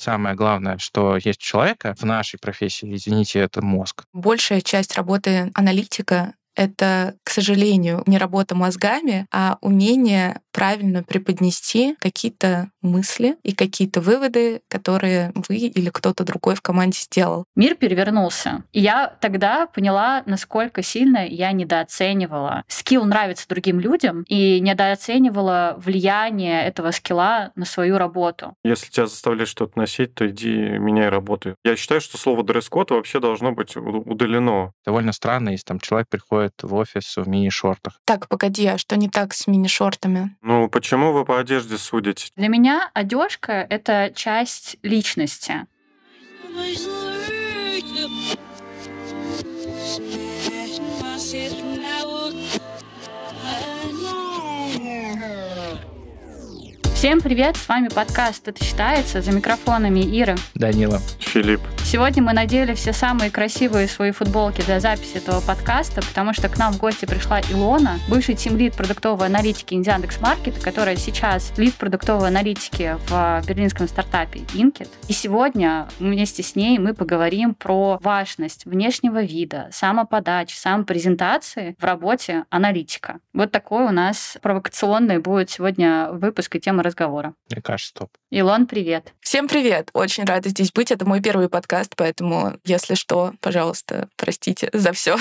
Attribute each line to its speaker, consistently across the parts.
Speaker 1: самое главное, что есть у человека в нашей профессии, извините, это мозг.
Speaker 2: Большая часть работы аналитика — это, к сожалению, не работа мозгами, а умение правильно преподнести какие-то мысли и какие-то выводы, которые вы или кто-то другой в команде сделал.
Speaker 3: Мир перевернулся. И я тогда поняла, насколько сильно я недооценивала скилл нравится другим людям и недооценивала влияние этого скилла на свою работу.
Speaker 4: Если тебя заставляют что-то носить, то иди меняй работу. Я считаю, что слово дресс-код вообще должно быть удалено.
Speaker 1: Довольно странно, если там человек приходит в офис в мини-шортах.
Speaker 2: Так, погоди, а что не так с мини-шортами?
Speaker 4: Ну, почему вы по одежде судите?
Speaker 3: Для меня одежка — это часть личности. Всем привет, с вами подкаст «Это считается», за микрофонами Ира,
Speaker 1: Данила,
Speaker 4: Филипп.
Speaker 3: Сегодня мы надели все самые красивые свои футболки для записи этого подкаста, потому что к нам в гости пришла Илона, бывший тимлид продуктовой аналитики Яндекс.Маркета, которая сейчас лид продуктовой аналитики в берлинском стартапе Inkit. И сегодня вместе с ней мы поговорим про важность внешнего вида, самоподачи, самопрезентации в работе аналитика. Вот такой у нас провокационный будет сегодня выпуск и тема разговора.
Speaker 1: мне кажется, топ.
Speaker 3: Илон, привет.
Speaker 2: Всем привет! Очень рада здесь быть. Это мой первый подкаст, поэтому, если что, пожалуйста, простите за все.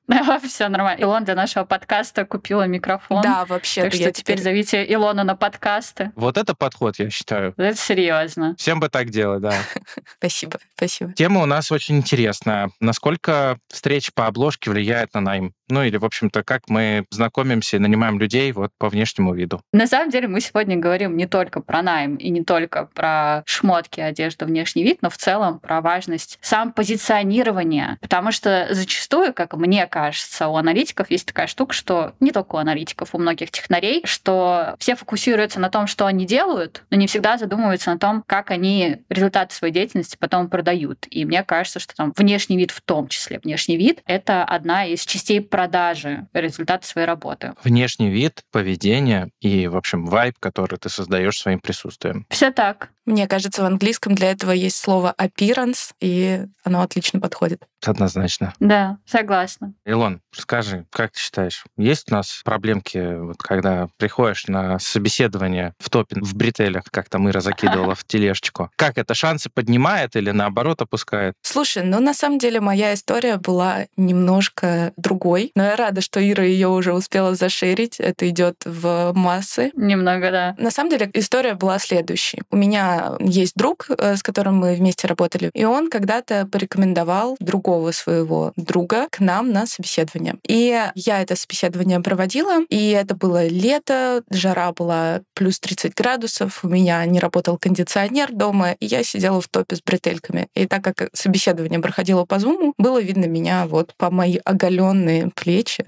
Speaker 3: Все нормально. Илон для нашего подкаста купила микрофон.
Speaker 2: Да, вообще.
Speaker 3: Так что теперь зовите Илона на подкасты.
Speaker 1: Вот это подход, я считаю.
Speaker 3: Это серьезно.
Speaker 1: Всем бы так делать, да.
Speaker 2: Спасибо, спасибо.
Speaker 1: Тема у нас очень интересная. Насколько встреча по обложке влияет на найм? Ну или, в общем-то, как мы знакомимся и нанимаем людей вот по внешнему виду.
Speaker 3: На самом деле мы сегодня говорим не только про найм и не только про шмотки, одежду, внешний вид, но в целом про важность самопозиционирования. Потому что зачастую, как мне кажется, у аналитиков есть такая штука, что не только у аналитиков, у многих технарей, что все фокусируются на том, что они делают, но не всегда задумываются на том, как они результаты своей деятельности потом продают. И мне кажется, что там внешний вид в том числе. Внешний вид — это одна из частей продажи результата своей работы.
Speaker 1: Внешний вид, поведение и, в общем, вайб, который ты создаешь своим присутствием.
Speaker 3: Все так.
Speaker 2: Мне кажется, в английском для этого есть слово appearance, и оно отлично подходит.
Speaker 1: Однозначно.
Speaker 3: Да, согласна.
Speaker 1: Илон, скажи, как ты считаешь, есть у нас проблемки, вот, когда приходишь на собеседование в топе, в брителях, как там Ира закидывала в тележечку? Как это, шансы поднимает или наоборот опускает?
Speaker 2: Слушай, ну на самом деле моя история была немножко другой, но я рада, что Ира ее уже успела зашерить. Это идет в массы.
Speaker 3: Немного, да.
Speaker 2: На самом деле история была следующей. У меня есть друг, с которым мы вместе работали, и он когда-то порекомендовал другого своего друга к нам на собеседование. И я это собеседование проводила, и это было лето, жара была плюс 30 градусов, у меня не работал кондиционер дома, и я сидела в топе с бретельками. И так как собеседование проходило по Zoom, было видно меня вот по мои оголенные плечи.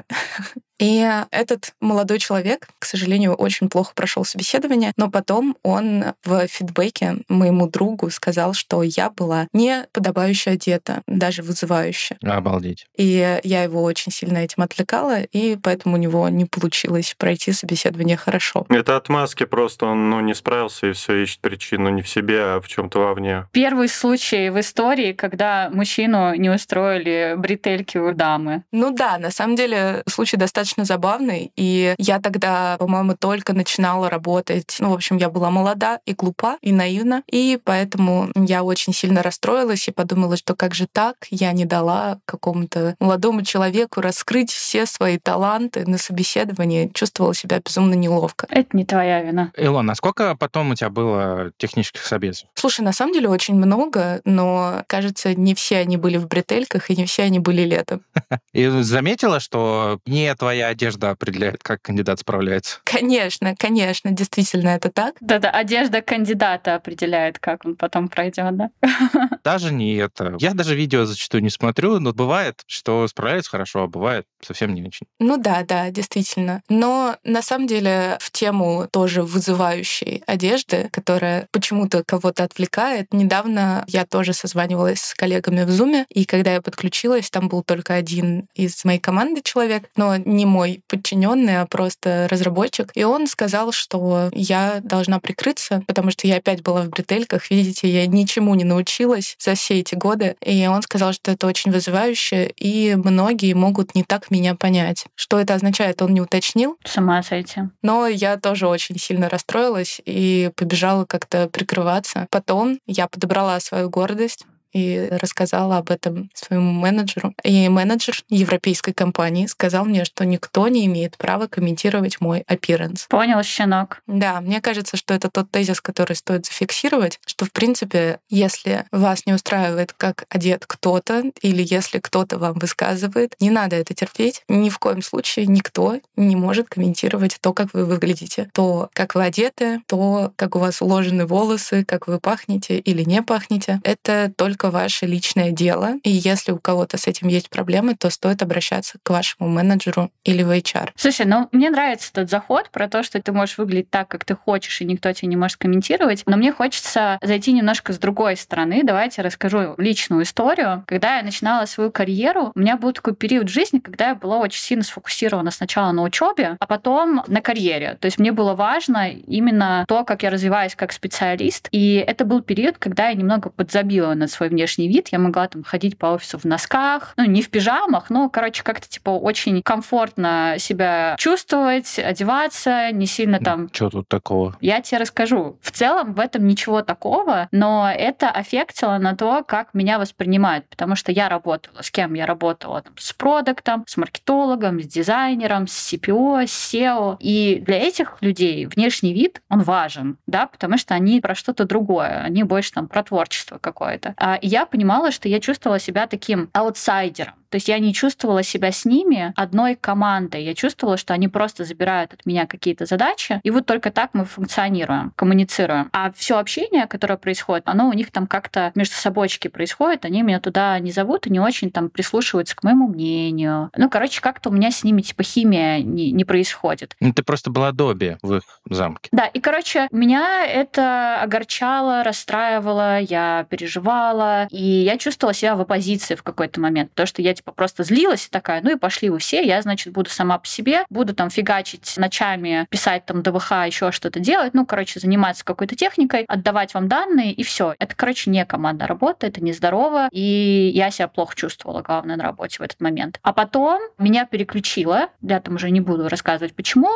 Speaker 2: И этот молодой человек, к сожалению, очень плохо прошел собеседование, но потом он в фидбэке моему другу сказал, что я была не подобающе одета, даже вызывающе.
Speaker 1: Обалдеть.
Speaker 2: И я его очень сильно этим отвлекала, и поэтому у него не получилось пройти собеседование хорошо.
Speaker 4: Это отмазки просто, он не справился и все ищет причину не в себе, а в чем-то вовне.
Speaker 3: Первый случай в истории, когда мужчину не устроили бретельки у дамы.
Speaker 2: Ну да, на самом деле случай достаточно забавный, и я тогда, по-моему, только начинала работать. Ну, в общем, я была молода и глупа, и наивна, и поэтому я очень сильно расстроилась и подумала, что как же так, я не дала какому-то молодому человеку раскрыть все свои таланты на собеседовании, чувствовала себя безумно неловко.
Speaker 3: Это не твоя вина.
Speaker 1: Илон, а сколько потом у тебя было технических собесов?
Speaker 2: Слушай, на самом деле очень много, но, кажется, не все они были в бретельках, и не все они были летом.
Speaker 1: И заметила, что не твоя одежда определяет, как кандидат справляется?
Speaker 2: Конечно, действительно это так.
Speaker 3: Да-да, одежда кандидата определяет, как он потом пройдет, да?
Speaker 1: Даже не это. Я даже видео зачастую не смотрю, но бывает, что справляется хорошо, а бывает совсем не очень.
Speaker 2: Ну да, действительно. Но на самом деле в тему тоже вызывающей одежды, которая почему-то кого-то отвлекает, недавно я тоже созванивалась с коллегами в Zoom, и когда я подключилась, там был только один из моей команды человек, но не мой подчиненный, а просто разработчик. И он сказал, что я должна прикрыться, потому что я опять была в бретельках. Видите, я ничему не научилась за все эти годы. И он сказал, что это очень вызывающе, и многие могут не так меня понять. Что это означает, он не уточнил.
Speaker 3: С ума сойти.
Speaker 2: Но я тоже очень сильно расстроилась и побежала как-то прикрываться. Потом я подобрала свою гордость и рассказала об этом своему менеджеру. И менеджер европейской компании сказал мне, что никто не имеет права комментировать мой appearance.
Speaker 3: Понял, щенок.
Speaker 2: Да, мне кажется, что это тот тезис, который стоит зафиксировать, что, в принципе, если вас не устраивает, как одет кто-то, или если кто-то вам высказывает, не надо это терпеть. Ни в коем случае никто не может комментировать то, как вы выглядите, то, как вы одеты, то, как у вас уложены волосы, как вы пахнете или не пахнете. Это только ваше личное дело. И если у кого-то с этим есть проблемы, то стоит обращаться к вашему менеджеру или в HR.
Speaker 3: Слушай, ну мне нравится этот заход про то, что ты можешь выглядеть так, как ты хочешь, и никто тебя не может комментировать. Но мне хочется зайти немножко с другой стороны. Давайте расскажу личную историю. Когда я начинала свою карьеру, у меня был такой период в жизни, когда я была очень сильно сфокусирована сначала на учебе, а потом на карьере. То есть мне было важно именно то, как я развиваюсь как специалист. И это был период, когда я немного подзабила на свой внешний вид. Я могла там ходить по офису в носках, ну, не в пижамах, но, короче, как-то типа очень комфортно себя чувствовать, одеваться, не сильно там...
Speaker 1: Что тут такого?
Speaker 3: Я тебе расскажу. В целом в этом ничего такого, но это аффектило на то, как меня воспринимают, потому что я работала. С кем я работала? Там, с продуктом, с маркетологом, с дизайнером, с CPO, с SEO. И для этих людей внешний вид, он важен, да, потому что они про что-то другое, они больше там про творчество какое-то. И я понимала, что я чувствовала себя таким аутсайдером. То есть я не чувствовала себя с ними одной командой. Я чувствовала, что они просто забирают от меня какие-то задачи, и вот только так мы функционируем, коммуницируем. А все общение, которое происходит, оно у них там как-то между собойчики происходит, они меня туда не зовут и не очень там прислушиваются к моему мнению. Ну, короче, как-то у меня с ними типа химия не происходит.
Speaker 1: Ну, ты просто была Добби в их замке.
Speaker 3: Да, и, короче, меня это огорчало, расстраивало, я переживала, и я чувствовала себя в оппозиции в какой-то момент, потому что я типа просто злилась и такая, ну и пошли вы все, я, значит, буду сама по себе, буду там фигачить ночами, писать там ДВХ, еще что-то делать, ну, короче, заниматься какой-то техникой, отдавать вам данные, и все. Это, короче, не командная работа, это нездорово, и я себя плохо чувствовала, главное, на работе в этот момент. А потом меня переключило, я там уже не буду рассказывать, почему,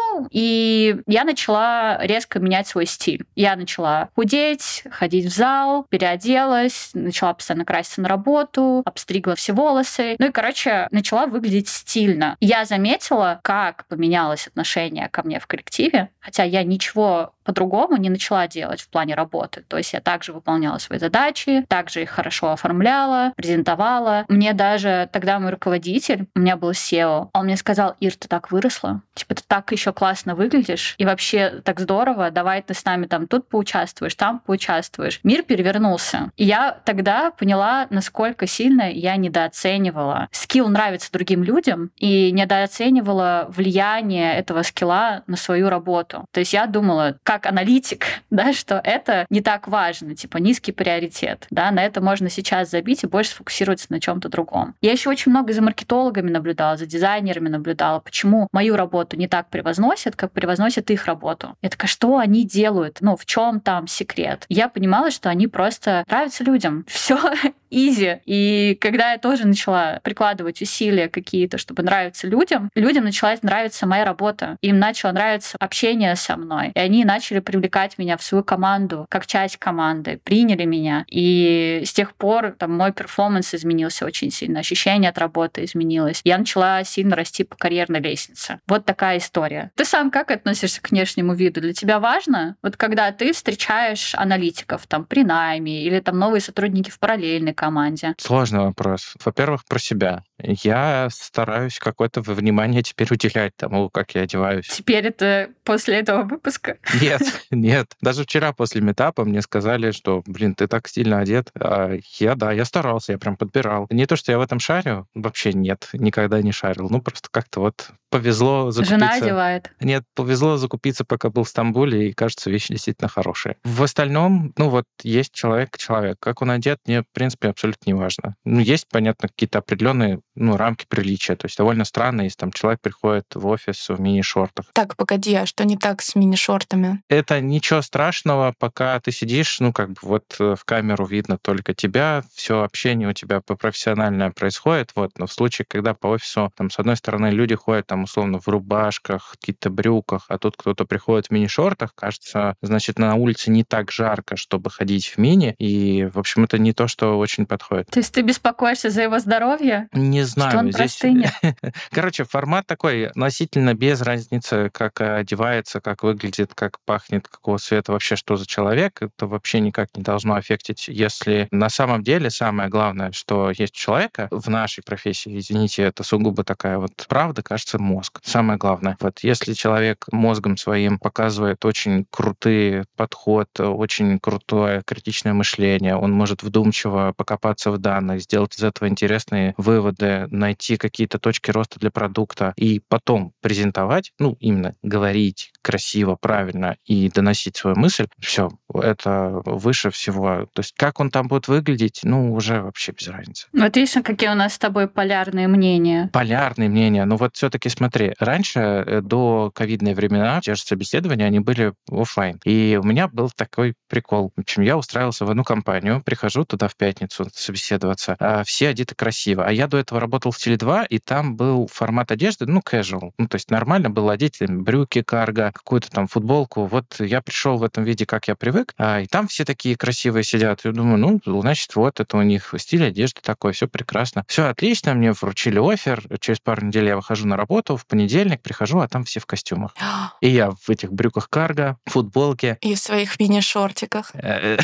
Speaker 3: и я начала резко менять свой стиль. Я начала худеть, ходить в зал, переоделась, начала постоянно краситься на работу, обстригла все волосы, ну и, короче, начала выглядеть стильно. Я заметила, как поменялось отношение ко мне в коллективе, хотя я ничего по-другому не начала делать в плане работы. То есть я также выполняла свои задачи, также их хорошо оформляла, презентовала. Мне даже тогда мой руководитель, у меня был SEO, он мне сказал: Ир, ты так выросла, типа ты так еще классно выглядишь, и вообще так здорово, давай ты с нами там тут поучаствуешь, там поучаствуешь. Мир перевернулся. И я тогда поняла, насколько сильно я недооценивала. Скилл нравится другим людям, и недооценивала влияние этого скилла на свою работу. То есть я думала, как аналитик, да, что это не так важно, типа низкий приоритет, да, на это можно сейчас забить и больше сфокусироваться на чем-то другом. Я еще очень много за маркетологами наблюдала, за дизайнерами наблюдала, почему мою работу не так превозносят, как превозносят их работу. Я такая, что они делают? Ну, в чем там секрет? Я понимала, что они просто нравятся людям. Все изи. И когда я тоже начала прикладывать усилия какие-то, чтобы нравиться людям, людям начала нравиться моя работа. Им начало нравиться общение со мной. И они начали привлекать меня в свою команду, как часть команды, приняли меня. И с тех пор там мой перформанс изменился очень сильно, ощущение от работы изменилось. Я начала сильно расти по карьерной лестнице. Вот такая история. Ты сам как относишься к внешнему виду? Для тебя важно? Вот когда ты встречаешь аналитиков там при найме или там новые сотрудники в параллельной команде?
Speaker 1: Сложный вопрос. Во-первых, про себя. Я стараюсь какое-то внимание теперь уделять тому, как я одеваюсь.
Speaker 3: Теперь это после этого выпуска?
Speaker 1: Нет. Даже вчера после митапа мне сказали, что, ты так стильно одет. Я старался, я прям подбирал. Не то, что я в этом шарю, вообще нет, никогда не шарил. Просто как-то вот повезло закупиться.
Speaker 3: Жена одевает?
Speaker 1: Нет, повезло закупиться, пока был в Стамбуле, и, кажется, вещи действительно хорошие. В остальном, есть человек. Как он одет, мне, в принципе, абсолютно неважно. Есть, понятно, какие-то определенные рамки приличия. То есть довольно странно, если там человек приходит в офис в мини-шортах.
Speaker 2: Так, погоди, а что не так с мини-шортами?
Speaker 1: Это ничего страшного, пока ты сидишь, в камеру видно только тебя, все общение у тебя профессиональное происходит, но в случае, когда по офису, с одной стороны, люди ходят, условно, в рубашках, каких-то брюках, а тут кто-то приходит в мини-шортах, кажется, значит, на улице не так жарко, чтобы ходить в мини, и, в общем, это не то, что очень подходит.
Speaker 3: То есть ты беспокоишься за его здоровье?
Speaker 1: Не знаю.
Speaker 3: Что он простынет?
Speaker 1: Короче, формат такой, относительно без разницы, как одевается, как выглядит, как пахнет, какого цвета, вообще что за человек, это вообще никак не должно аффектить, если на самом деле самое главное, что есть у человека в нашей профессии, извините, это сугубо такая правда, кажется, мозг. Самое главное. Если человек мозгом своим показывает очень крутый подход, очень крутое критичное мышление, он может вдумчиво покопаться в данных, сделать из этого интересные выводы, найти какие-то точки роста для продукта и потом презентовать, именно говорить красиво, правильно и доносить свою мысль, все, это выше всего. То есть как он там будет выглядеть, уже вообще без разницы.
Speaker 3: Видишь, какие у нас с тобой полярные мнения.
Speaker 1: Полярные мнения. Все-таки смотри, раньше, до ковидные времена, те же собеседования, они были офлайн. И у меня был такой прикол. В общем, я устраивался в одну компанию, прихожу туда в пятницу собеседоваться, все одеты красиво. А я до этого работал в Теле2, и там был формат одежды, casual. То есть нормально было одеть брюки, карго, какую-то там футболку. Я пришел в этом виде, как я привык, и там все такие красивые сидят. Я думаю, значит, это у них стиль одежды такой, все прекрасно. Все отлично, мне вручили оффер. Через пару недель я выхожу на работу, в понедельник прихожу, а там все в костюмах. И я в этих брюках карго, футболке.
Speaker 2: И в своих мини-шортиках.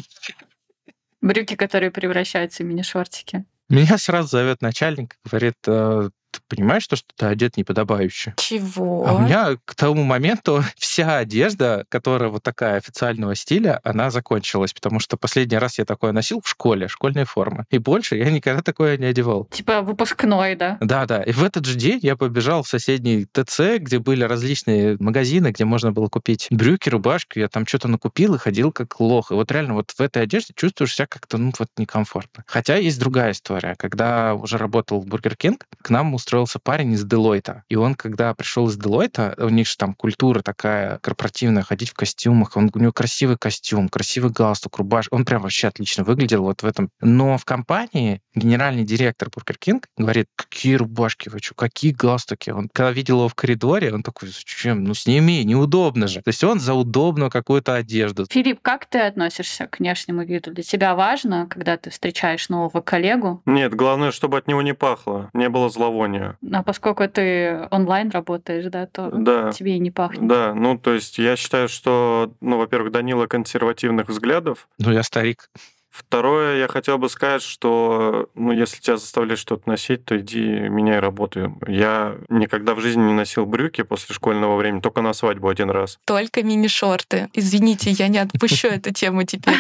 Speaker 3: Брюки, которые превращаются в мини-шортики.
Speaker 1: Меня сразу зовет начальник, говорит: ты понимаешь, что ты одет неподобающе?
Speaker 2: Чего?
Speaker 1: А у меня к тому моменту вся одежда, которая такая официального стиля, она закончилась, потому что последний раз я такое носил в школе, школьные формы. И больше я никогда такое не одевал.
Speaker 3: Типа выпускной, да?
Speaker 1: Да. И в этот же день я побежал в соседний ТЦ, где были различные магазины, где можно было купить брюки, рубашки. Я там что-то накупил и ходил как лох. И реально в этой одежде чувствуешь себя как-то некомфортно. Хотя есть другая история. Когда уже работал в Бургер Кинг, к нам устроился парень из Делойта. И он, когда пришел из Делойта, у них же там культура такая корпоративная, ходить в костюмах. У него красивый костюм, красивый галстук, рубашка. Он прям вообще отлично выглядел в этом. Но в компании генеральный директор Бургер Кинг говорит: какие рубашки вы что, какие галстуки? Он, когда видел его в коридоре, он такой: зачем? Сними, неудобно же. То есть он за удобную какую-то одежду.
Speaker 3: Филипп, как ты относишься к внешнему виду? Для тебя важно, когда ты встречаешь нового коллегу?
Speaker 4: Нет, главное, чтобы от него не пахло, не было зловония.
Speaker 3: А поскольку ты онлайн работаешь, то тебе и не пахнет.
Speaker 4: Да, то есть я считаю, что, во-первых, Данила консервативных взглядов.
Speaker 1: Я старик.
Speaker 4: Второе, я хотел бы сказать, что, если тебя заставляют что-то носить, то иди меняй работу. Я никогда в жизни не носил брюки после школьного времени, только на свадьбу один раз.
Speaker 2: Только мини-шорты. Извините, я не отпущу эту тему теперь.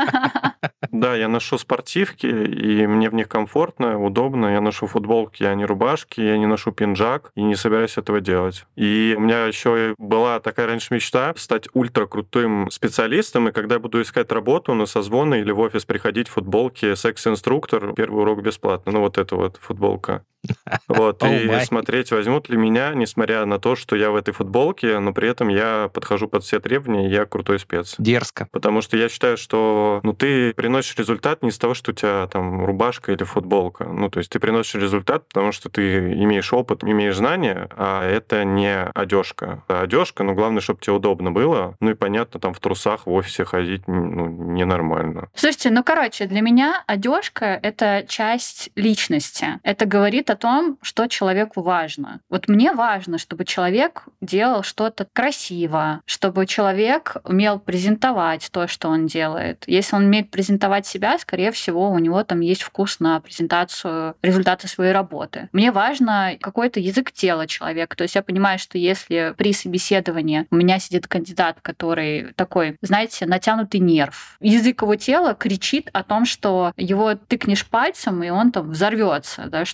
Speaker 4: Да, я ношу спортивки, и мне в них комфортно, удобно. Я ношу футболки, а не рубашки, я не ношу пинджак, и не собираюсь этого делать. И у меня еще была такая раньше мечта стать ультракрутым специалистом, и когда я буду искать работу на созвоны или в офис приходить в футболке секс-инструктор, первый урок бесплатно. Эта футболка. И смотреть, возьмут ли меня, несмотря на то, что я в этой футболке, но при этом я подхожу под все требования, и я крутой спец.
Speaker 1: Дерзко.
Speaker 4: Потому что я считаю, что ты приносишь результат не из того, что у тебя там рубашка или футболка. То есть ты приносишь результат, потому что ты имеешь опыт, имеешь знания, а это не одежка. Одежка, главное, чтобы тебе удобно было. И понятно, там в трусах в офисе ходить ненормально.
Speaker 3: Слушайте, для меня одежка — это часть личности. Это говорит о том, что человеку важно. Мне важно, чтобы человек делал что-то красиво, чтобы человек умел презентовать то, что он делает. Если он умеет презентовать себя, скорее всего, у него там есть вкус на презентацию результата своей работы. Мне важно какой-то язык тела человека. То есть я понимаю, что если при собеседовании у меня сидит кандидат, который такой, знаете, натянутый нерв, язык его тела кричит о том, что его тыкнешь пальцем, и он там взорвется, что у него там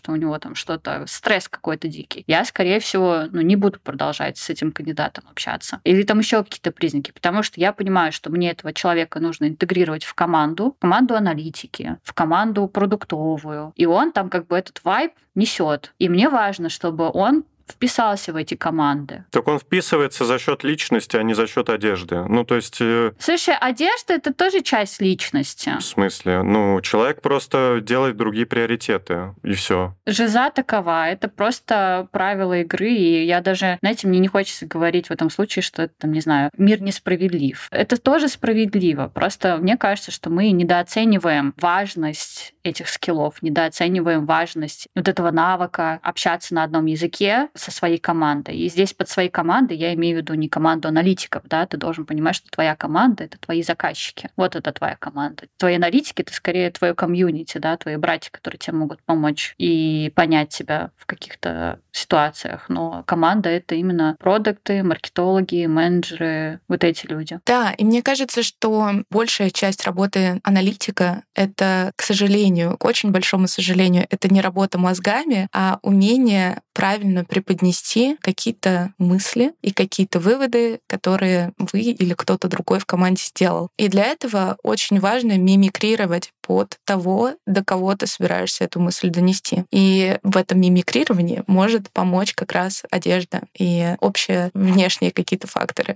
Speaker 3: там что-то, стресс какой-то дикий, я, скорее всего, не буду продолжать с этим кандидатом общаться. Или там еще какие-то признаки, потому что я понимаю, что мне этого человека нужно интегрировать в команду аналитики, в команду продуктовую, и он там как бы этот вайб несет. И мне важно, чтобы он вписался в эти команды.
Speaker 4: Так он вписывается за счет личности, а не за счет одежды. То есть...
Speaker 3: Слушай, одежда — это тоже часть личности.
Speaker 4: В смысле? Человек просто делает другие приоритеты, и все.
Speaker 3: Жиза такова. Это просто правила игры, и я даже, знаете, мне не хочется говорить в этом случае, что это, не знаю, мир несправедлив. Это тоже справедливо. Просто мне кажется, что мы недооцениваем важность этих скиллов, недооцениваем важность вот этого навыка общаться на одном языке со своей командой. И здесь под своей командой я имею в виду не команду аналитиков, да, ты должен понимать, что твоя команда — это твои заказчики. Вот это твоя команда. Твои аналитики — это скорее твое комьюнити, да, твои братья, которые тебе могут помочь и понять тебя в каких-то ситуациях. Но команда — это именно продукты, маркетологи, менеджеры, вот эти люди.
Speaker 2: Да, и мне кажется, что большая часть работы аналитика — это, к сожалению, к очень большому сожалению, это не работа мозгами, а умение правильно преподнести какие-то мысли и какие-то выводы, которые вы или кто-то другой в команде сделал. И для этого очень важно мимикрировать под того, до кого ты собираешься эту мысль донести. И в этом мимикрировании может помочь как раз одежда и общие внешние какие-то факторы.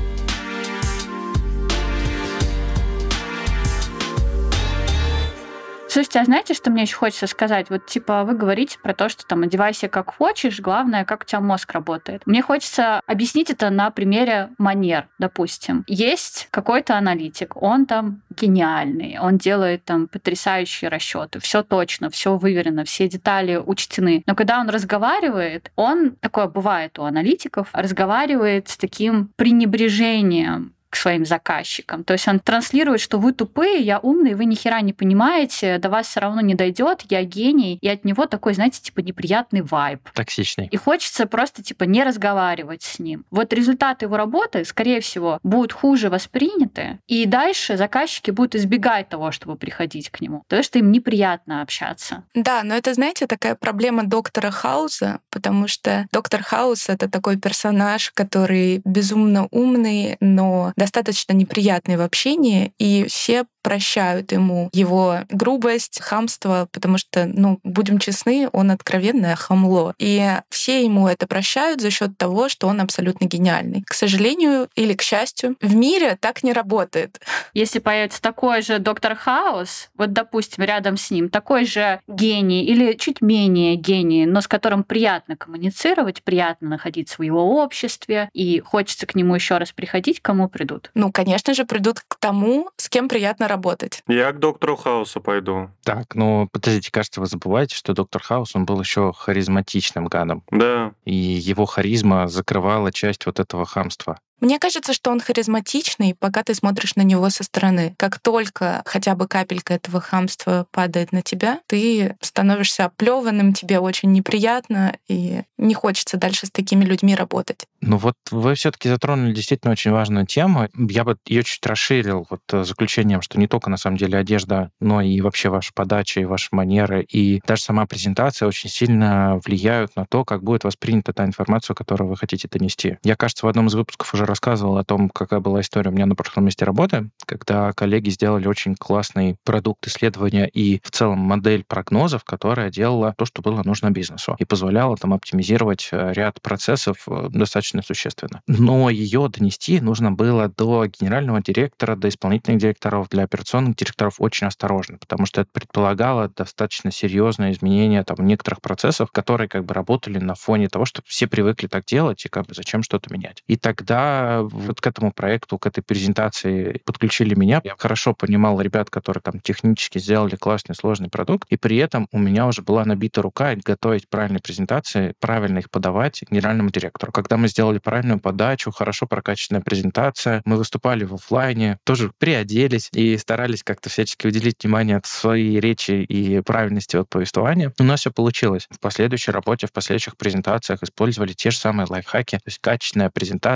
Speaker 3: Слушайте, а знаете, что мне еще хочется сказать? Вот типа вы говорите про то, что там одевайся как хочешь, главное, как у тебя мозг работает. Мне хочется объяснить это на примере манер, допустим. Есть какой-то аналитик, он там гениальный, он делает там потрясающие расчеты, все точно, все выверено, все детали учтены. Но когда он разговаривает, он, такое бывает у аналитиков, разговаривает с таким пренебрежением к своим заказчикам. То есть он транслирует, что вы тупые, я умный, вы ни хера не понимаете, до вас все равно не дойдет, я гений. И от него такой, знаете, типа неприятный вайб.
Speaker 1: Токсичный.
Speaker 3: И хочется просто типа не разговаривать с ним. Вот результаты его работы, скорее всего, будут хуже восприняты, и дальше заказчики будут избегать того, чтобы приходить к нему, потому что им неприятно общаться.
Speaker 2: Да, но это, знаете, такая проблема доктора Хауса, потому что доктор Хаус — это такой персонаж, который безумно умный, но достаточно неприятный в общении, и все прощают ему его грубость, хамство, потому что, будем честны, он откровенное хамло. И все ему это прощают за счет того, что он абсолютно гениальный. К сожалению или к счастью, в мире так не работает.
Speaker 3: Если появится такой же доктор Хаус, вот, допустим, рядом с ним такой же гений или чуть менее гений, но с которым приятно коммуницировать, приятно находиться в его обществе, и хочется к нему еще раз приходить, кому придут?
Speaker 2: Конечно же, придут к тому, с кем приятно работать.
Speaker 4: Я к доктору Хаусу пойду.
Speaker 1: Так, подождите, кажется, вы забываете, что доктор Хаус, он был еще харизматичным гадом.
Speaker 4: Да.
Speaker 1: И его харизма закрывала часть вот этого хамства.
Speaker 2: Мне кажется, что он харизматичный, пока ты смотришь на него со стороны. Как только хотя бы капелька этого хамства падает на тебя, ты становишься оплеванным, тебе очень неприятно, и не хочется дальше с такими людьми работать.
Speaker 1: Вот вы все-таки затронули действительно очень важную тему. Я бы ее чуть расширил заключением, что не только на самом деле одежда, но и вообще ваша подача, и ваши манеры, и даже сама презентация очень сильно влияют на то, как будет воспринята та информация, которую вы хотите донести. Я, кажется, в одном из выпусков уже рассказывал о том, какая была история у меня на прошлом месте работы, когда коллеги сделали очень классный продукт исследования и в целом модель прогнозов, которая делала то, что было нужно бизнесу, и позволяла там оптимизировать ряд процессов достаточно существенно. Но ее донести нужно было до генерального директора, до исполнительных директоров, для операционных директоров очень осторожно, потому что это предполагало достаточно серьезное изменение некоторых процессов, которые работали на фоне того, что все привыкли так делать, и зачем что-то менять. И тогда вот к этому проекту, к этой презентации подключили меня. Я хорошо понимал ребят, которые технически сделали классный, сложный продукт, и при этом у меня уже была набита рука готовить правильные презентации, правильно их подавать генеральному директору. Когда мы сделали правильную подачу, хорошо прокачанная презентация, мы выступали в офлайне, тоже приоделись и старались как-то всячески уделить внимание своей речи и правильности повествования. У нас все получилось. В последующей работе, в последующих презентациях использовали те же самые лайфхаки, то есть качественная презентация. Мы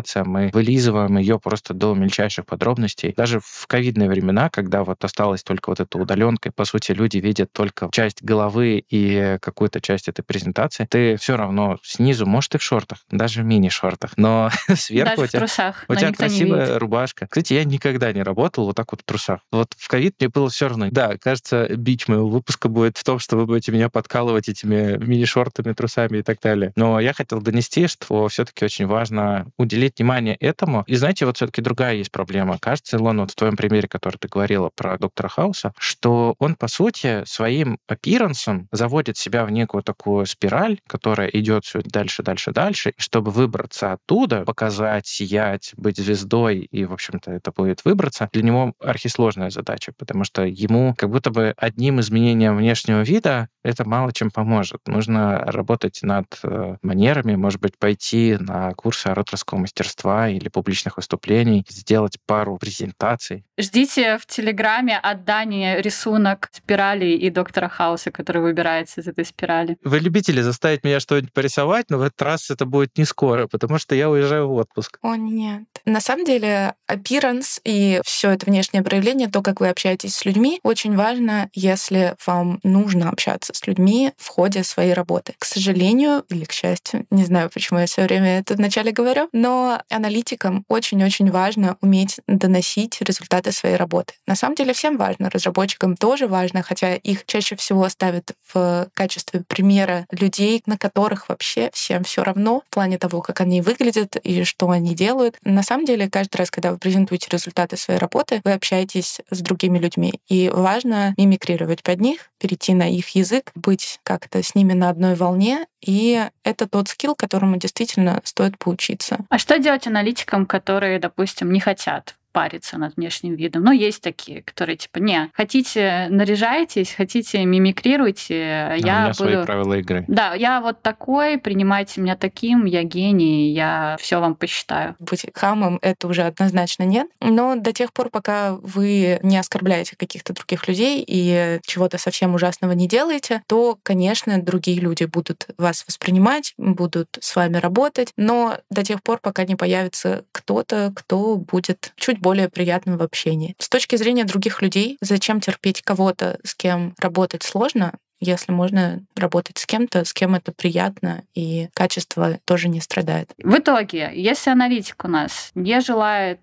Speaker 1: вылизываем ее просто до мельчайших подробностей. Даже в ковидные времена, когда вот осталась только вот эта удаленка, и, по сути, люди видят только часть головы и какую-то часть этой презентации, ты все равно снизу, может, и в шортах, даже в мини-шортах, но сверху
Speaker 3: Даже
Speaker 1: у
Speaker 3: в
Speaker 1: тебя
Speaker 3: трусах,
Speaker 1: у
Speaker 3: но
Speaker 1: тебя
Speaker 3: никто не
Speaker 1: красивая
Speaker 3: видит.
Speaker 1: рубашка. Кстати, я никогда не работал вот так вот в трусах. Вот в ковид мне было все равно. Да, кажется, бич моего выпуска будет в том, что вы будете меня подкалывать этими мини-шортами, трусами и так далее. Но я хотел донести, что все-таки очень важно уделить внимание этому. И знаете, вот все-таки другая есть проблема. Кажется, Илона, вот в твоем примере, который ты говорила про доктора Хауса, что он, по сути, своим аппирансом заводит себя в некую такую спираль, которая идет все дальше, дальше, дальше. И чтобы выбраться оттуда, показать, сиять, быть звездой, и, в общем-то, это будет выбраться, для него архисложная задача, потому что ему как будто бы одним изменением внешнего вида это мало чем поможет. Нужно работать над манерами, может быть, пойти на курсы ораторского мастерства или публичных выступлений, сделать пару презентаций.
Speaker 3: Ждите в Телеграме от Дани рисунок спирали и доктора Хауса, который выбирается из этой спирали.
Speaker 1: Вы любители заставить меня что-нибудь порисовать, но в этот раз это будет не скоро, потому что я уезжаю в отпуск.
Speaker 2: О, нет. На самом деле, appearance и все это внешнее проявление, то, как вы общаетесь с людьми, очень важно, если вам нужно общаться с людьми в ходе своей работы. К сожалению или к счастью, не знаю, почему я все время это вначале говорю, но аналитикам очень-очень важно уметь доносить результаты своей работы. На самом деле всем важно, разработчикам тоже важно, хотя их чаще всего ставят в качестве примера людей, на которых вообще всем все равно в плане того, как они выглядят и что они делают. На самом деле, каждый раз, когда вы презентуете результаты своей работы, вы общаетесь с другими людьми, и важно мимикрировать под них, перейти на их язык, быть как-то с ними на одной волне, и это тот скилл, которому действительно стоит поучиться.
Speaker 3: А что делать аналитикам, которые, допустим, не хотят париться над внешним видом? Ну, есть такие, которые типа, не, хотите наряжайтесь, хотите мимикрируйте,
Speaker 1: У
Speaker 3: я
Speaker 1: меня
Speaker 3: буду...
Speaker 1: свои правила игры.
Speaker 3: Да, я вот такой, принимайте меня таким, я гений, я все вам посчитаю.
Speaker 2: Быть хамом — это уже однозначно нет. Но до тех пор, пока вы не оскорбляете каких-то других людей и чего-то совсем ужасного не делаете, то, конечно, другие люди будут вас воспринимать, будут с вами работать, но до тех пор, пока не появится кто-то, кто будет чуть более приятным в общении. С точки зрения других людей, зачем терпеть кого-то, с кем работать сложно, если можно работать с кем-то, с кем это приятно, и качество тоже не страдает.
Speaker 3: В итоге, если аналитик у нас не желает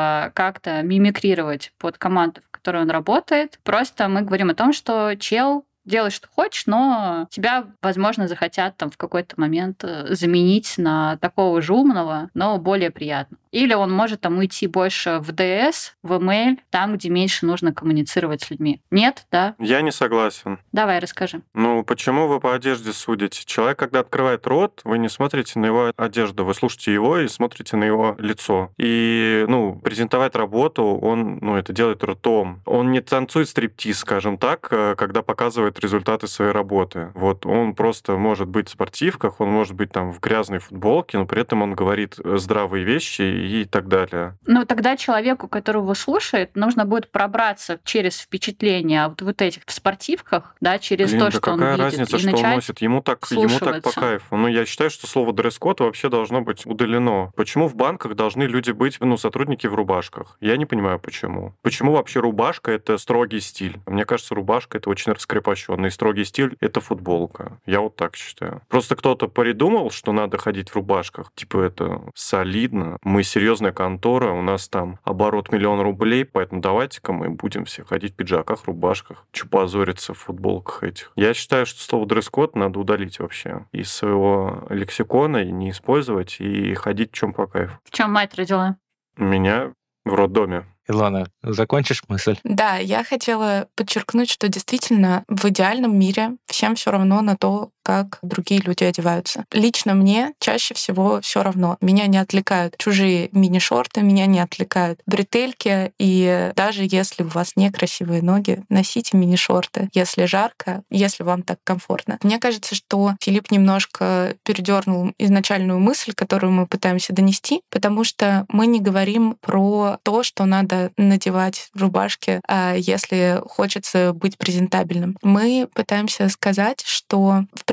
Speaker 3: как-то мимикрировать под команду, в которой он работает, просто мы говорим о том, что чел, делай, что хочешь, но тебя, возможно, захотят там в какой-то момент заменить на такого же умного, но более приятного. Или он может там уйти больше в ДС, в email, там, где меньше нужно коммуницировать с людьми. Нет, да?
Speaker 4: Я не согласен.
Speaker 3: Давай, расскажи.
Speaker 4: Ну, почему вы по одежде судите? Человек, когда открывает рот, вы не смотрите на его одежду, вы слушаете его и смотрите на его лицо. И, презентовать работу, он, это делает ртом. Он не танцует стриптиз, скажем так, когда показывает результаты своей работы. Вот он просто может быть в спортивках, он может быть там в грязной футболке, но при этом он говорит здравые вещи и так далее.
Speaker 3: Ну, тогда человеку, которого слушает, нужно будет пробраться через впечатления вот этих в спортивках, да, через то, что он видит.
Speaker 4: Какая разница, что он носит? Ему так по кайфу. Я считаю, что слово дресс-код вообще должно быть удалено. Почему в банках должны люди быть, сотрудники в рубашках? Я не понимаю, почему. Почему вообще рубашка — это строгий стиль? Мне кажется, рубашка — это очень раскрепощенный. Строгий стиль — это футболка. Я вот так считаю. Просто кто-то придумал, что надо ходить в рубашках. Типа это солидно. Мы серьезная контора, у нас там оборот 1 000 000 рублей, поэтому давайте-ка мы будем все ходить в пиджаках, рубашках. Чё позориться в футболках этих. Я считаю, что слово дресс-код надо удалить вообще из своего лексикона и не использовать, и ходить в чем по кайфу.
Speaker 3: В чем мать родила?
Speaker 4: Меня в роддоме.
Speaker 1: Илона, закончишь мысль?
Speaker 2: Да, я хотела подчеркнуть, что действительно в идеальном мире всем все равно на то, как другие люди одеваются. Лично мне чаще всего все равно. Меня не отвлекают чужие мини-шорты, меня не отвлекают бретельки, и даже если у вас некрасивые ноги, носите мини-шорты. Если жарко, если вам так комфортно. Мне кажется, что Филипп немножко передернул изначальную мысль, которую мы пытаемся донести, потому что мы не говорим про то, что надо надевать рубашки, если хочется быть презентабельным. Мы пытаемся сказать, что в принципе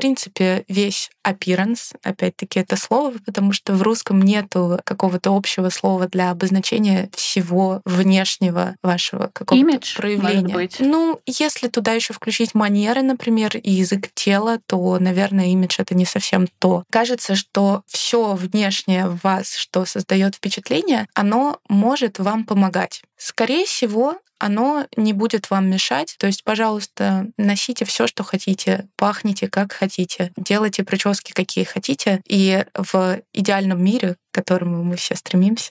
Speaker 2: принципе, весь appearance, опять-таки это слово, потому что в русском нету какого-то общего слова для обозначения всего внешнего вашего какого-то
Speaker 3: Имидж,
Speaker 2: проявления.
Speaker 3: может быть.
Speaker 2: Ну, если туда еще включить манеры, например, и язык тела, то, наверное, имидж — это не совсем то. Кажется, что все внешнее в вас, что создает впечатление, оно может вам помогать. Скорее всего, оно не будет вам мешать. То есть, пожалуйста, носите все, что хотите, пахните как хотите, делайте прически, какие хотите. И в идеальном мире, к которому мы все стремимся,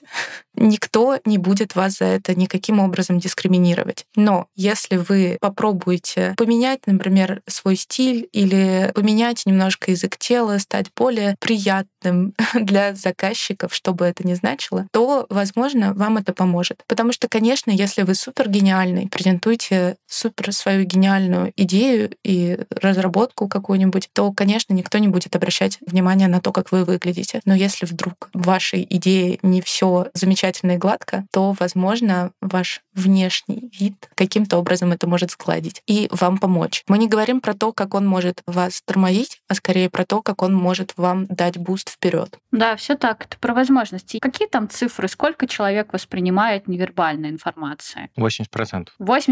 Speaker 2: никто не будет вас за это никаким образом дискриминировать. Но если вы попробуете поменять, например, свой стиль или поменять немножко язык тела, стать более приятным для заказчиков, что бы это ни значило, то, возможно, вам это поможет. Потому что, конечно, если вы супер гениальный, презентуете супер свою гениальную идею и разработку какую-нибудь, то, конечно, никто не будет обращать внимание на то, как вы выглядите. Но если вдруг в вашей идее не все замечательно и гладко, то, возможно, ваш внешний вид каким-то образом это может сгладить и вам помочь. Мы не говорим про то, как он может вас тормозить, а скорее про то, как он может вам дать буст вперед.
Speaker 3: Да, все так. Это про возможности. Какие там цифры? Сколько человек воспринимает невербальной информации?
Speaker 1: 80%.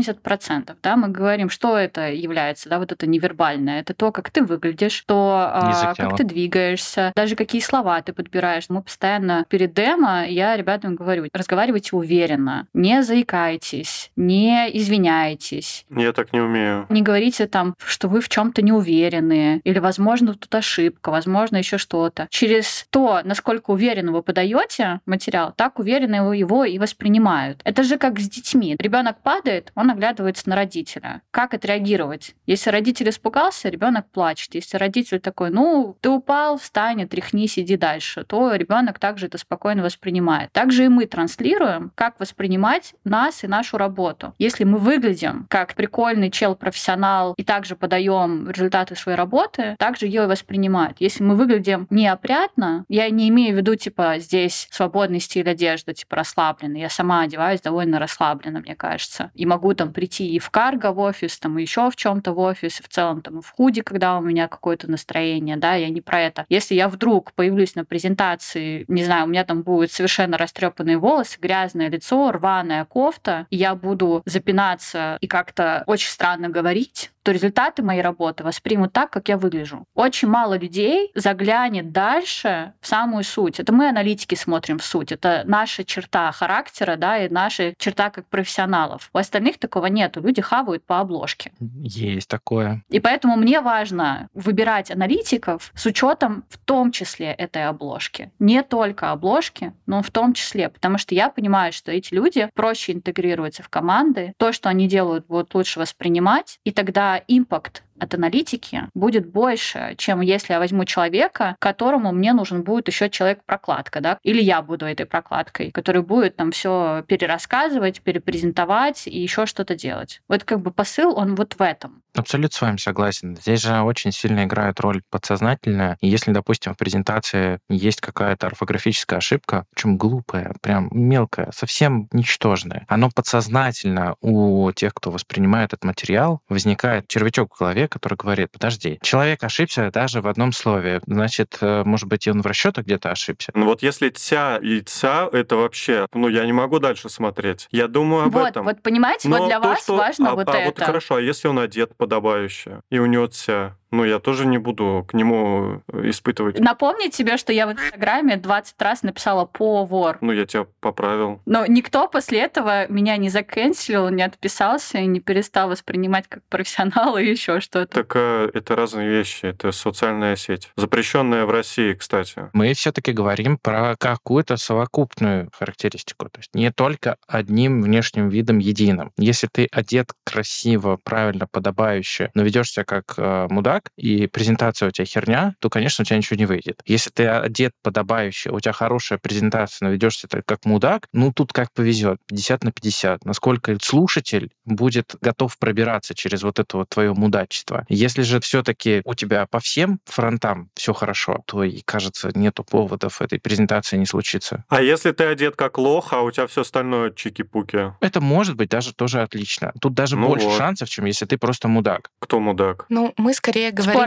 Speaker 3: 80%. Да, мы говорим, что это является, да, вот это невербальное. Это то, как ты выглядишь, то,
Speaker 1: Язык тела.
Speaker 3: как ты двигаешься, даже какие слова ты подбираешь. Мы постоянно перед демо, я ребятам говорю, разговаривайте уверенно, не заикайтесь, не извиняйтесь.
Speaker 4: Я так не умею.
Speaker 3: Не говорите там, что вы в чем-то не уверены, или, возможно, тут ошибка, возможно, еще что-то. Через то, насколько уверенно вы подаете материал, так уверенно его и воспринимают. Это же как с детьми. Ребенок падает, он оглядывается на родителя. Как отреагировать? Если родитель испугался, ребенок плачет. Если родитель такой, ну, ты упал, встань, тряхнись, иди дальше, то ребенок также это спокойно воспринимает. Также и мы транслируем, как воспринимать нас и нашу работу. Если мы выглядим как прикольный чел-профессионал и также подаем результаты своей работы, также ее и воспринимают. Если мы выглядим неопрятно, я не имею в виду, типа, здесь свободный стиль одежды, типа, расслабленный. Я сама одеваюсь довольно расслабленно, мне кажется. И могу там прийти и в карго в офис, там, и еще в чем-то в офис, и в целом там и в худи, когда у меня какое-то настроение, да, я не про это. Если я вдруг появлюсь на презентации, не знаю, у меня там будут совершенно растрепанные волосы, грязное лицо, рваная кофта, и я буду запинаться и как-то очень странно говорить, то результаты моей работы воспримут так, как я выгляжу. Очень мало людей заглянет дальше в самую суть. Это мы, аналитики, смотрим в суть. Это наша черта характера, да, и наша черта как профессионалов. У остальных такого нету. Люди хавают по обложке.
Speaker 1: Есть такое.
Speaker 3: И поэтому мне важно выбирать аналитиков с учетом в том числе этой обложки. Не только обложки, но в том числе. Потому что я понимаю, что эти люди проще интегрируются в команды. То, что они делают, будут лучше воспринимать. И тогда импакт от аналитики будет больше, чем если я возьму человека, которому мне нужен будет еще человек-прокладка, да, или я буду этой прокладкой, который будет там все перерассказывать, перепрезентовать и еще что-то делать. Вот как бы посыл, он вот в этом.
Speaker 1: Абсолютно с вами согласен. Здесь же очень сильно играет роль подсознательная. И если, допустим, в презентации есть какая-то орфографическая ошибка, причем глупая, прям мелкая, совсем ничтожная, оно подсознательно у тех, кто воспринимает этот материал, возникает червячок в голове, который говорит, подожди, человек ошибся даже в одном слове, значит, может быть, и он в расчетах где-то ошибся.
Speaker 4: Ну вот если тя и ца, это вообще, ну я не могу дальше смотреть. Я думаю об этом.
Speaker 3: Вот понимаете,
Speaker 4: Но
Speaker 3: вот для
Speaker 4: то,
Speaker 3: вас
Speaker 4: что...
Speaker 3: важно вот это.
Speaker 4: Вот хорошо, а если он одет подобающе, и у него тя? Ну, я тоже не буду к нему испытывать.
Speaker 3: Напомнить тебе, что я в Инстаграме 20 раз написала «повар».
Speaker 4: Ну, я тебя поправил.
Speaker 3: Но никто после этого меня не закэнселил, не отписался и не перестал воспринимать как профессионала и еще что-то.
Speaker 4: Так это разные вещи. Это социальная сеть. Запрещенная в России, кстати.
Speaker 1: Мы все-таки говорим про какую-то совокупную характеристику. То есть не только одним внешним видом единым. Если ты одет красиво, правильно, подобающе, но ведешь себя как мудак, и презентация у тебя херня, то, конечно, у тебя ничего не выйдет. Если ты одет подобающе, у тебя хорошая презентация, но ведешь себя как мудак, ну, тут как повезет, 50/50. Насколько слушатель будет готов пробираться через вот это вот твое мудачество. Если же все-таки у тебя по всем фронтам все хорошо, то, и, кажется, нету поводов этой презентации не случится.
Speaker 4: А если ты одет как лох, а у тебя все остальное чики-пуки?
Speaker 1: Это может быть даже тоже отлично. Тут даже больше шансов, чем если ты просто мудак.
Speaker 4: Кто мудак?
Speaker 2: Ну, мы скорее говорим...
Speaker 3: Спорно.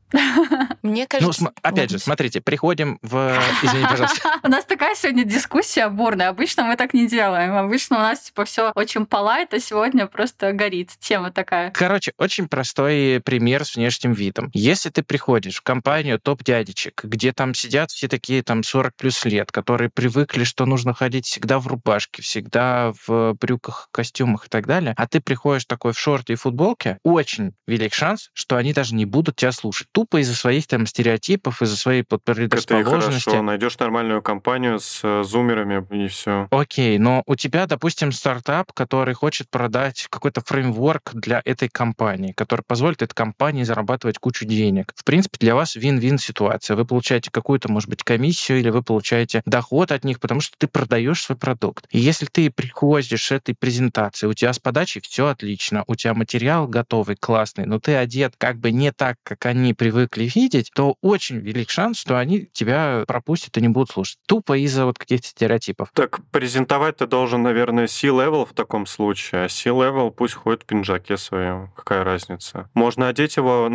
Speaker 2: Мне кажется...
Speaker 1: Опять же, смотрите, приходим в... Извини, пожалуйста.
Speaker 3: У нас такая сегодня дискуссия бурная. Обычно мы так не делаем. Обычно у нас все очень полайт, а сегодня просто горит. Тема такая.
Speaker 1: Короче, очень простой пример с внешним видом. Если ты приходишь в компанию топ-дядечек, где там сидят все такие там 40 плюс лет, которые привыкли, что нужно ходить всегда в рубашке, всегда в брюках, костюмах и так далее, а ты приходишь такой в шорты и футболке, очень велик шанс, что они даже не будут тебя слушать. Тупо из-за своих там стереотипов, из-за своей предрасположенности.
Speaker 4: Это и хорошо. Найдешь нормальную компанию с зумерами, и все.
Speaker 1: Окей, но у тебя, допустим, стартап, который хочет продать какой-то фреймворк для этой компании, который позволит этой компании зарабатывать кучу денег. В принципе, для вас вин-вин ситуация. Вы получаете какую-то, может быть, комиссию, или вы получаете доход от них, потому что ты продаешь свой продукт. И если ты приходишь с этой презентации, у тебя с подачей все отлично, у тебя материал готовый, классный, но ты одет как бы не так, как они привыкли видеть, то очень велик шанс, что они тебя пропустят и не будут слушать. Тупо из-за вот каких-то стереотипов.
Speaker 4: Так презентовать ты должен, наверное, C-level в таком случае, а C-level пусть ходит в пинджаке своем. Какая разница? Можно одеть его,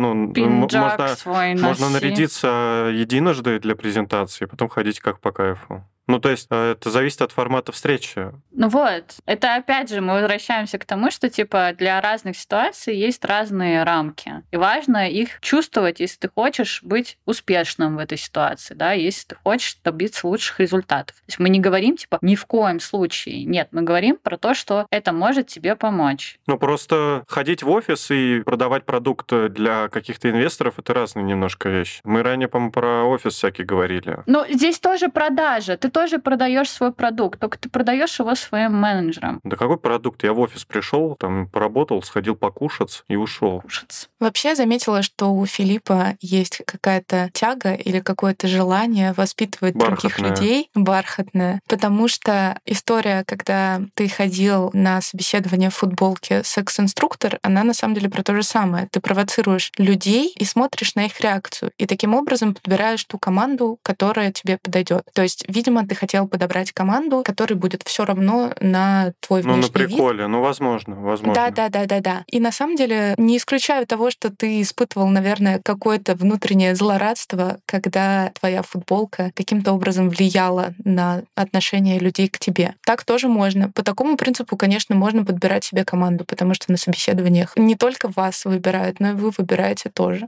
Speaker 4: можно нарядиться единожды для презентации, потом ходить как по кайфу. То есть это зависит от формата встречи.
Speaker 3: Это опять же мы возвращаемся к тому, что для разных ситуаций есть разные рамки. И важно их чувствовать, если ты хочешь быть успешным в этой ситуации, да, если ты хочешь добиться лучших результатов. То есть мы не говорим, ни в коем случае. Нет, мы говорим про то, что это может тебе помочь.
Speaker 4: Просто ходить в офис и продавать продукт для каких-то инвесторов — это разные немножко вещи. Мы ранее, по-моему, про офис всякий говорили.
Speaker 3: Здесь тоже продажа. Ты тоже продаешь свой продукт, только ты продаешь его своим менеджерам.
Speaker 4: Да какой продукт? Я в офис пришел, там поработал, сходил покушать и ушел.
Speaker 2: Вообще я заметила, что у Филиппа есть какая-то тяга или какое-то желание воспитывать других людей, бархатное, потому что история, когда ты ходил на собеседование в футболке секс-инструктор, она на самом деле про то же самое. Ты провоцируешь людей и смотришь на их реакцию, и таким образом подбираешь ту команду, которая тебе подойдет. То есть, видимо, ты хотел подобрать команду, которой будет все равно на твой внешний вид.
Speaker 4: На приколе, возможно.
Speaker 2: Да. И на самом деле не исключаю того, что ты испытывал, наверное, какое-то внутреннее злорадство, когда твоя футболка каким-то образом влияла на отношение людей к тебе. Так тоже можно. По такому принципу, конечно, можно подбирать себе команду, потому что на собеседованиях не только вас выбирают, но и вы выбираете тоже.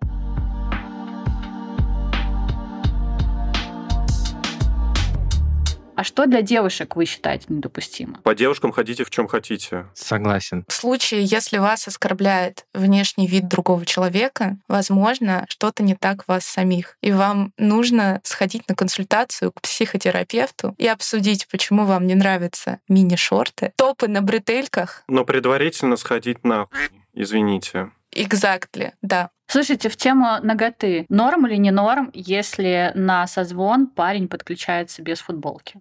Speaker 3: А что для девушек вы считаете недопустимо?
Speaker 4: По девушкам ходите в чем хотите.
Speaker 1: Согласен.
Speaker 2: В случае, если вас оскорбляет внешний вид другого человека, возможно, что-то не так в вас самих. И вам нужно сходить на консультацию к психотерапевту и обсудить, почему вам не нравятся мини-шорты, топы на бретельках.
Speaker 4: Но предварительно сходить нахуй, извините.
Speaker 2: Exactly, да.
Speaker 3: Слушайте, в тему наготы. Норм или не норм, если на созвон парень подключается без футболки?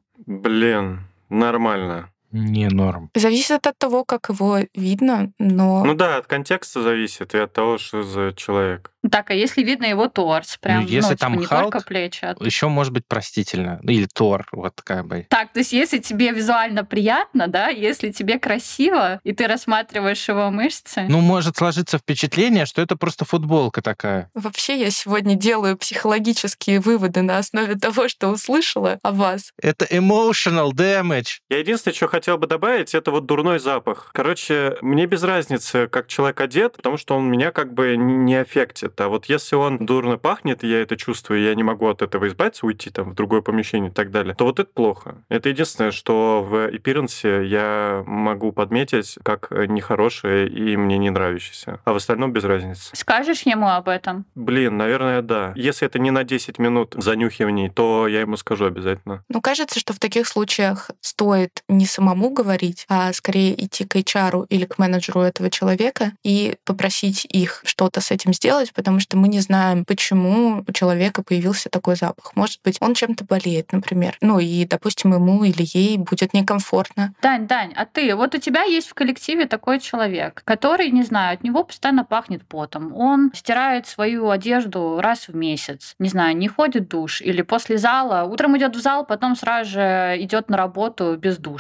Speaker 4: Нормально.
Speaker 1: Не норм.
Speaker 2: Зависит от того, как его видно, но...
Speaker 4: От контекста зависит и от того, что за человек.
Speaker 3: Так, а если видно его торс, прям,
Speaker 1: если там
Speaker 3: не
Speaker 1: Халк,
Speaker 3: только плечи.
Speaker 1: Еще может быть простительно. Или Тор, как бы.
Speaker 3: Так, то есть если тебе визуально приятно, да, если тебе красиво, и ты рассматриваешь его мышцы...
Speaker 1: Может сложиться впечатление, что это просто футболка такая.
Speaker 2: Вообще я сегодня делаю психологические выводы на основе того, что услышала о вас.
Speaker 1: Это emotional damage.
Speaker 4: Я единственное, что хотел бы добавить, это дурной запах. Короче, мне без разницы, как человек одет, потому что он меня как бы не аффектит. А если он дурно пахнет, и я это чувствую, и я не могу от этого избавиться, уйти в другое помещение и так далее, то это плохо. Это единственное, что в appearance я могу подметить как нехорошее и мне не нравящееся. А в остальном без разницы.
Speaker 3: Скажешь ему об этом?
Speaker 4: Наверное, да. Если это не на 10 минут занюхиваний, то я ему скажу обязательно.
Speaker 2: Кажется, что в таких случаях стоит не самому говорить, а скорее идти к HR или к менеджеру этого человека и попросить их что-то с этим сделать, потому что мы не знаем, почему у человека появился такой запах. Может быть, он чем-то болеет, например. И, допустим, ему или ей будет некомфортно.
Speaker 3: Дань, а ты? У тебя есть в коллективе такой человек, который, не знаю, от него постоянно пахнет потом. Он стирает свою одежду раз в месяц. Не знаю, не ходит в душ. Или после зала. Утром идет в зал, потом сразу же идет на работу без душа. В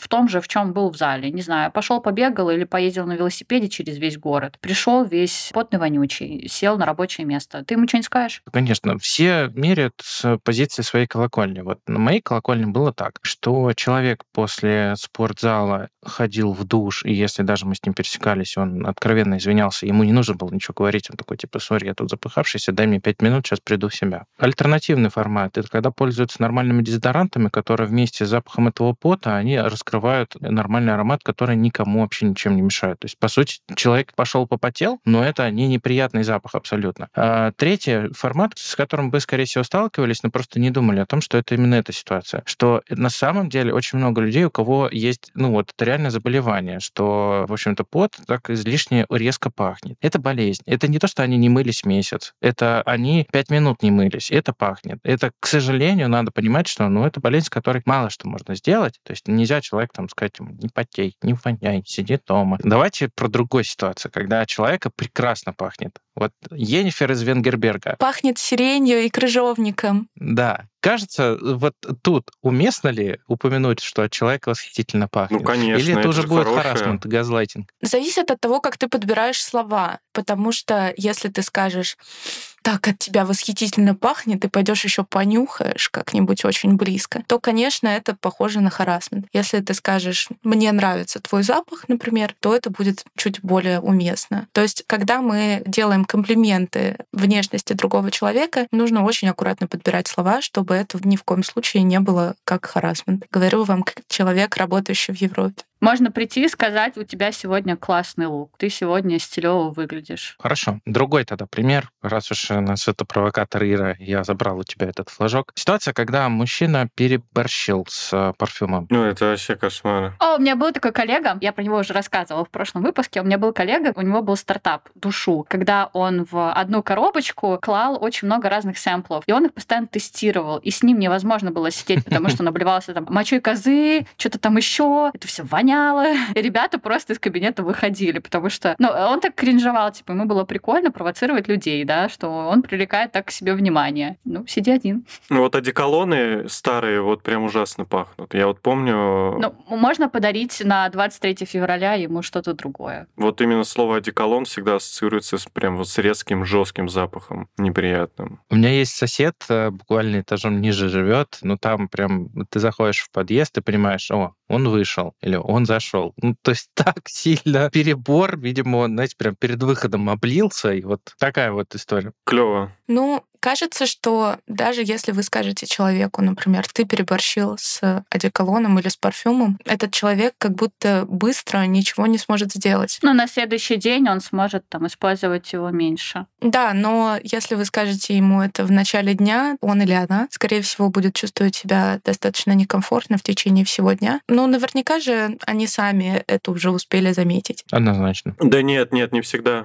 Speaker 3: том же, в чем был в зале. Не знаю, пошел побегал или поездил на велосипеде через весь город. Пришел весь потный, вонючий, сел на рабочее место. Ты ему что-нибудь скажешь?
Speaker 1: Конечно, все меряют с позиции своей колокольни. Вот на моей колокольне было так, что человек после спортзала ходил в душ, и если даже мы с ним пересекались, он откровенно извинялся, ему не нужно было ничего говорить, он такой, типа, сори, я тут запыхавшийся, дай мне 5 минут, сейчас приду в себя. Альтернативный формат — это когда пользуются нормальными дезодорантами, которые вместе с запахом этого пота, они раскрывают нормальный аромат, который никому вообще ничем не мешает. То есть, по сути, человек пошел попотел, но это не неприятный запах абсолютно. А третий формат, с которым вы, скорее всего, сталкивались, но просто не думали о том, что это именно эта ситуация. Что на самом деле очень много людей, у кого есть, это реальное заболевание, что, в общем-то, пот так излишне резко пахнет. Это болезнь. Это не то, что они не мылись месяц. Это они 5 минут не мылись. Это пахнет. Это, к сожалению, надо понимать, что это болезнь, с которой мало что можно сделать. То есть нельзя человеку сказать ему, не потей, не воняй, сиди дома. Давайте про другую ситуацию, когда человека прекрасно пахнет. Вот Йеннифер из Венгерберга.
Speaker 2: Пахнет сиренью и крыжовником.
Speaker 1: Да. Кажется, вот тут уместно ли упомянуть, что от человека восхитительно пахнет?
Speaker 4: Ну, конечно.
Speaker 1: Или это уже будет
Speaker 4: хорошее.
Speaker 1: харассмент, газлайтинг?
Speaker 2: Зависит от того, как ты подбираешь слова. Потому что если ты скажешь, так от тебя восхитительно пахнет, и пойдешь еще понюхаешь как-нибудь очень близко, то, конечно, это похоже на харассмент. Если ты скажешь, мне нравится твой запах, например, то это будет чуть более уместно. То есть, когда мы делаем комплименты внешности другого человека, нужно очень аккуратно подбирать слова, чтобы это ни в коем случае не было как харассмент. Говорю вам, как человек, работающий в Европе.
Speaker 3: Можно прийти и сказать, у тебя сегодня классный лук, ты сегодня стилёво выглядишь.
Speaker 1: Хорошо. Другой тогда пример, раз уж у нас это провокатор Ира, я забрал у тебя этот флажок. Ситуация, когда мужчина переборщил с парфюмом.
Speaker 4: Это вообще кошмар.
Speaker 3: У меня был такой коллега, я про него уже рассказывала в прошлом выпуске, у меня был коллега, у него был стартап «Душу», когда он в одну коробочку клал очень много разных сэмплов, и он их постоянно тестировал, и с ним невозможно было сидеть, потому что он обливался там мочой козы, что-то там еще, это все воняло. И ребята просто из кабинета выходили, потому что, он так кринжевал, типа, ему было прикольно провоцировать людей, да, что он привлекает так к себе внимание. Сиди один.
Speaker 4: Одеколоны старые прям ужасно пахнут. Я помню...
Speaker 3: Можно подарить на 23 февраля ему что-то другое.
Speaker 4: Именно слово одеколон всегда ассоциируется с резким, жестким запахом, неприятным.
Speaker 1: У меня есть сосед, буквально этажом ниже живет, там прям ты заходишь в подъезд и понимаешь, он вышел или он зашел. То есть так сильно перебор, видимо, он, прям перед выходом облился, и такая история.
Speaker 4: Клево.
Speaker 2: Кажется, что даже если вы скажете человеку, например, ты переборщил с одеколоном или с парфюмом, этот человек как будто быстро ничего не сможет сделать.
Speaker 3: На следующий день он сможет использовать его меньше.
Speaker 2: Да, но если вы скажете ему это в начале дня, он или она, скорее всего, будет чувствовать себя достаточно некомфортно в течение всего дня. Наверняка же они сами это уже успели заметить.
Speaker 1: Однозначно.
Speaker 4: Да нет, не всегда.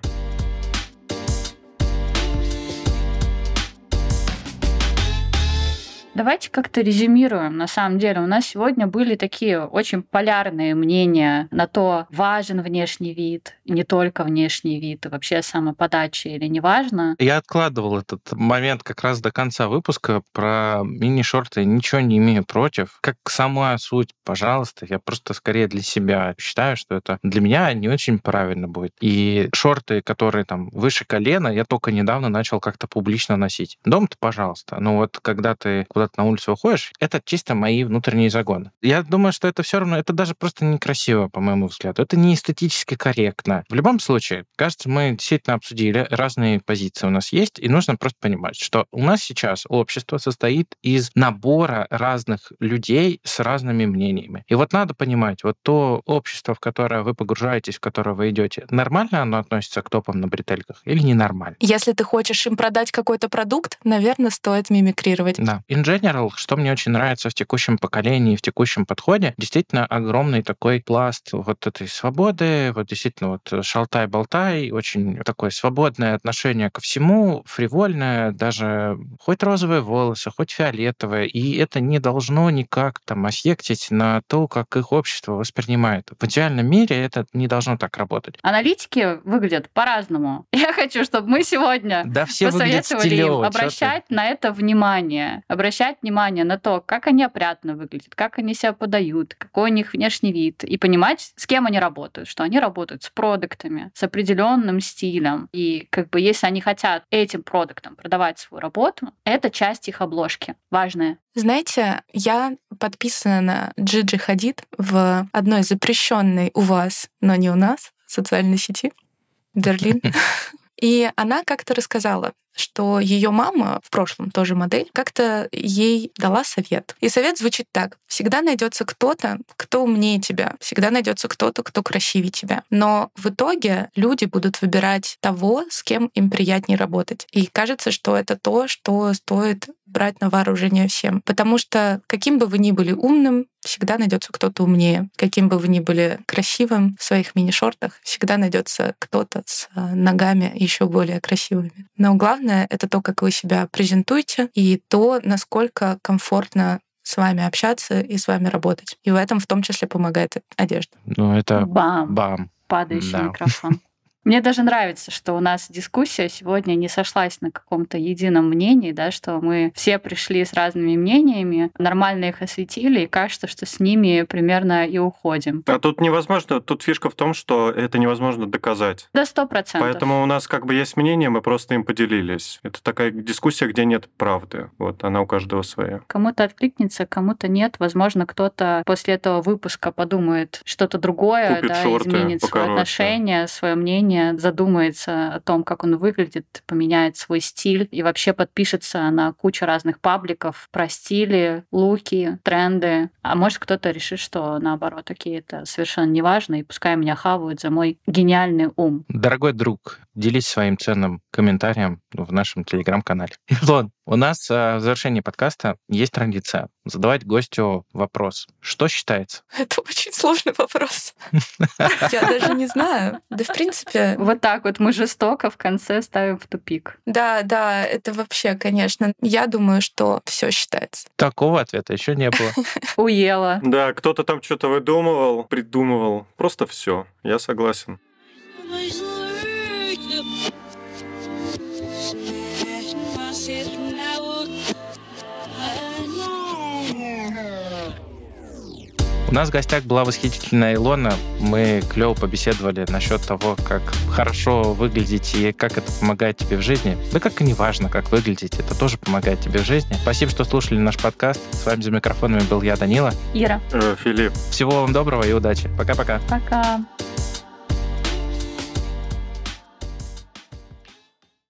Speaker 3: Давайте как-то резюмируем. На самом деле, у нас сегодня были такие очень полярные мнения на то, важен внешний вид, не только внешний вид, и вообще самоподача или не важно.
Speaker 1: Я откладывал этот момент как раз до конца выпуска про мини-шорты. Ничего не имею против. Как сама суть, пожалуйста, я просто скорее для себя считаю, что это для меня не очень правильно будет. И шорты, которые выше колена, я только недавно начал как-то публично носить. Дома-то, пожалуйста. Но когда ты куда-то на улицу выходишь, это чисто мои внутренние загоны. Я думаю, что это все равно, это даже просто некрасиво, по моему взгляду. Это не эстетически корректно. В любом случае, кажется, мы действительно обсудили, разные позиции у нас есть, и нужно просто понимать, что у нас сейчас общество состоит из набора разных людей с разными мнениями. И надо понимать, то общество, в которое вы погружаетесь, в которое вы идете, нормально оно относится к топам на бретельках или ненормально?
Speaker 2: Если ты хочешь им продать какой-то продукт, наверное, стоит мимикрировать.
Speaker 1: Да. General, что мне очень нравится в текущем поколении, в текущем подходе, действительно огромный такой пласт этой свободы, действительно шалтай-болтай, очень такое свободное отношение ко всему, фривольное, даже хоть розовые волосы, хоть фиолетовые, и это не должно никак аффектить на то, как их общество воспринимает. В идеальном мире это не должно так работать.
Speaker 3: Аналитики выглядят по-разному. Я хочу, чтобы мы сегодня посоветовали им обращать на это внимание, обращать обращать внимание на то, как они опрятно выглядят, как они себя подают, какой у них внешний вид, и понимать, с кем они работают, что они работают с продуктами, с определенным стилем. И если они хотят этим продуктом продавать свою работу, это часть их обложки. Важная.
Speaker 2: Знаете, я подписана на Джиджи Хадид в одной запрещенной у вас, но не у нас, социальной сети Берлин. И она как-то рассказала, что ее мама, в прошлом тоже модель, как-то ей дала совет. И совет звучит так. Всегда найдется кто-то, кто умнее тебя. Всегда найдется кто-то, кто красивее тебя. Но в итоге люди будут выбирать того, с кем им приятнее работать. И кажется, что это то, что стоит брать на вооружение всем. Потому что каким бы вы ни были умным, всегда найдется кто-то умнее. Каким бы вы ни были красивым в своих мини-шортах, всегда найдется кто-то с ногами еще более красивыми. Но главное — это то, как вы себя презентуете, и то, насколько комфортно с вами общаться и с вами работать. И в этом в том числе помогает одежда.
Speaker 1: Это
Speaker 3: бам. Падающий микрофон. Мне даже нравится, что у нас дискуссия сегодня не сошлась на каком-то едином мнении, да, что мы все пришли с разными мнениями, нормально их осветили, и кажется, что с ними примерно и уходим.
Speaker 4: А тут невозможно, тут фишка в том, что это невозможно доказать.
Speaker 3: Да, 100%.
Speaker 4: Поэтому у нас есть мнение, мы просто им поделились. Это такая дискуссия, где нет правды. Она у каждого своя.
Speaker 3: Кому-то откликнется, кому-то нет. Возможно, кто-то после этого выпуска подумает что-то другое,
Speaker 4: купит шорты,
Speaker 3: изменит свое отношение, свое мнение, задумается о том, как он выглядит, поменяет свой стиль и вообще подпишется на кучу разных пабликов про стили, луки, тренды. А может, кто-то решит, что наоборот, окей, это совершенно не важно, и пускай меня хавают за мой гениальный ум.
Speaker 1: Дорогой друг, делись своим ценным комментарием в нашем телеграм-канале. Илон, у нас в завершении подкаста есть традиция задавать гостю вопрос. Что считается?
Speaker 2: Это очень сложный вопрос. Я даже не знаю. Да, в принципе...
Speaker 3: Вот так вот мы жестоко в конце ставим в тупик.
Speaker 2: Да, это вообще, конечно. Я думаю, что все считается.
Speaker 1: Такого ответа еще не было.
Speaker 3: Уела.
Speaker 4: Да, кто-то там что-то выдумывал, придумывал. Просто все. Я согласен.
Speaker 1: У нас в гостях была восхитительная Илона. Мы клево побеседовали насчет того, как хорошо выглядеть и как это помогает тебе в жизни. Да как и не важно, как выглядеть, это тоже помогает тебе в жизни. Спасибо, что слушали наш подкаст. С вами за микрофонами был я, Данила.
Speaker 3: Ира.
Speaker 4: Филипп.
Speaker 1: Всего вам доброго и удачи. Пока-пока.
Speaker 3: Пока.